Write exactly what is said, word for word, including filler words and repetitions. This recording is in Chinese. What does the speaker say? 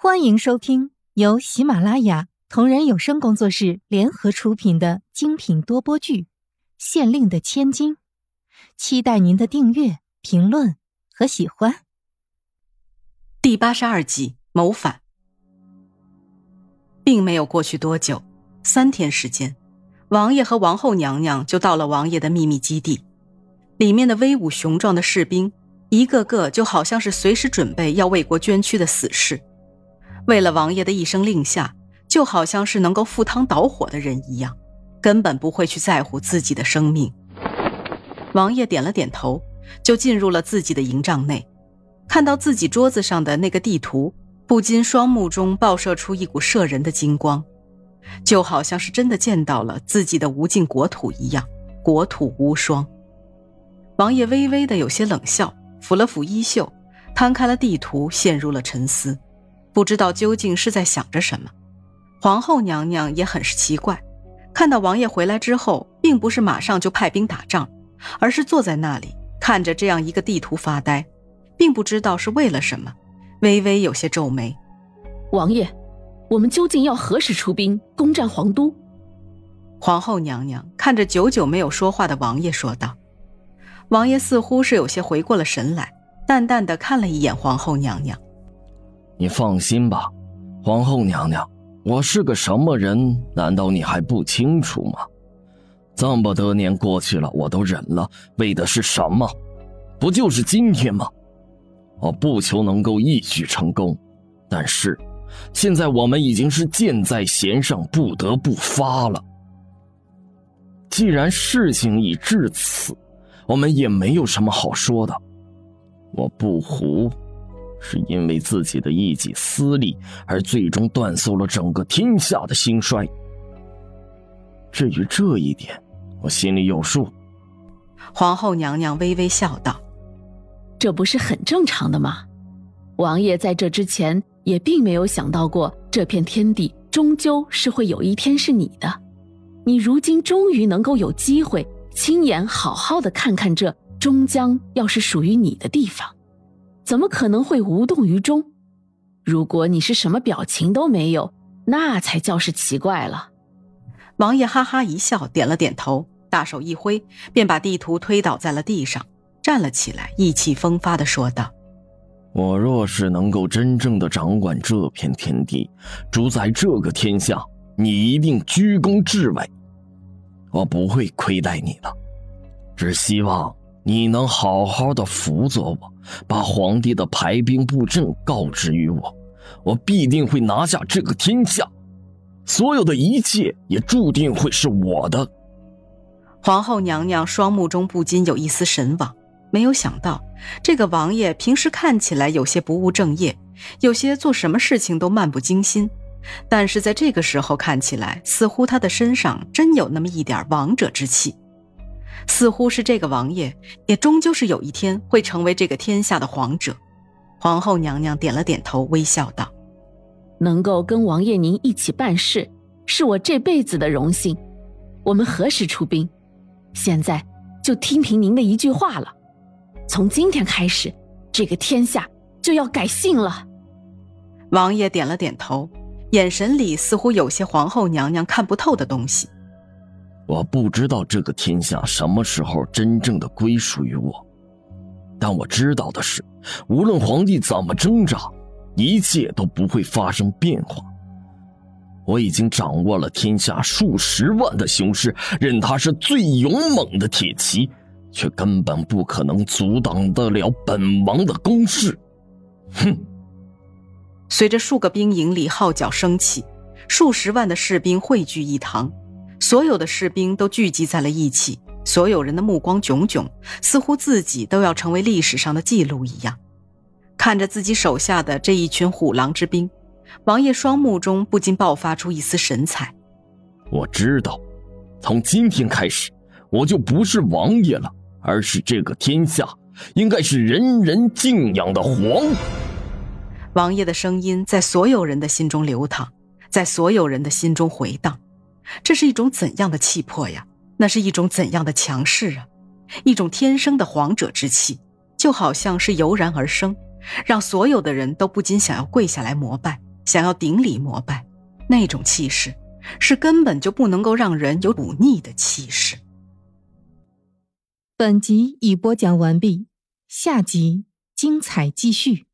欢迎收听由喜马拉雅同人有声工作室联合出品的精品多播剧《县令的千金》，期待您的订阅、评论和喜欢。 第八十二集谋反。并没有过去多久，三天时间，王爷和王后娘娘就到了王爷的秘密基地。里面的威武雄壮的士兵，一个个就好像是随时准备要为国捐躯的死士。为了王爷的一声令下，就好像是能够赴汤蹈火的人一样，根本不会去在乎自己的生命。王爷点了点头，就进入了自己的营帐内，看到自己桌子上的那个地图，不禁双目中爆射出一股摄人的金光，就好像是真的见到了自己的无尽国土一样，国土无双。王爷微微的有些冷笑，抚了抚衣袖，摊开了地图，陷入了沉思，不知道究竟是在想着什么。皇后娘娘也很是奇怪，看到王爷回来之后，并不是马上就派兵打仗，而是坐在那里看着这样一个地图发呆，并不知道是为了什么，微微有些皱眉。 王爷，我们究竟要何时出兵攻占皇都？ 皇后娘娘看着久久没有说话的王爷说道。王爷似乎是有些回过了神来，淡淡的看了一眼皇后娘娘。 你放心吧，皇后娘娘，我是个什么人，难道你还不清楚吗？这么多年过去了，我都忍了，为的是什么？不就是今天吗？我不求能够一举成功，但是现在我们已经是箭在弦上，不得不发了。既然事情已至此，我们也没有什么好说的。我不胡，是因为自己的一己私利，而最终断送了整个天下的兴衰。至于这一点，我心里有数。 皇后娘娘微微笑道： 这不是很正常的吗？王爷在这之前也并没有想到过，这片天地终究是会有一天是你的。你如今终于能够有机会亲眼好好的看看这终将要是属于你的地方，怎么可能会无动于衷？如果你是什么表情都没有，那才叫是奇怪了。 王爷哈哈一笑，点了点头，大手一挥，便把地图推倒在了地上，站了起来，意气风发地说道： 我若是能够真正的掌管这片天地，主宰这个天下，你一定居功至伟。我不会亏待你的，只希望你能好好的辅佐我，把皇帝的排兵布阵告知于我，我必定会拿下这个天下，所有的一切也注定会是我的。 皇后娘娘双目中不禁有一丝神往，没有想到这个王爷平时看起来有些不务正业，有些做什么事情都漫不经心，但是在这个时候看起来，似乎他的身上真有那么一点王者之气。似乎是这个王爷也终究是有一天会成为这个天下的皇者。皇后娘娘点了点头，微笑道： 能够跟王爷您一起办事，是我这辈子的荣幸。我们何时出兵？现在就听凭您的一句话了。从今天开始，这个天下就要改姓了。 王爷点了点头，眼神里似乎有些皇后娘娘看不透的东西。 我不知道这个天下什么时候真正的归属于我，但我知道的是，无论皇帝怎么挣扎，一切都不会发生变化。我已经掌握了天下数十万的雄师，任他是最勇猛的铁骑，却根本不可能阻挡得了本王的攻势。哼！ 随着数个兵营里号角升起，数十万的士兵汇聚一堂，所有的士兵都聚集在了一起，所有人的目光炯炯，似乎自己都要成为历史上的记录一样。看着自己手下的这一群虎狼之兵，王爷双目中不禁爆发出一丝神采。 我知道，从今天开始，我就不是王爷了，而是这个天下应该是人人敬仰的皇。 王爷的声音在所有人的心中流淌，在所有人的心中回荡。这是一种怎样的气魄呀？那是一种怎样的强势啊？一种天生的皇者之气，就好像是油然而生，让所有的人都不禁想要跪下来膜拜， 想要顶礼膜拜，那种气势是根本就不能够让人有忤逆的气势。 本集已播讲完毕，下集精彩继续。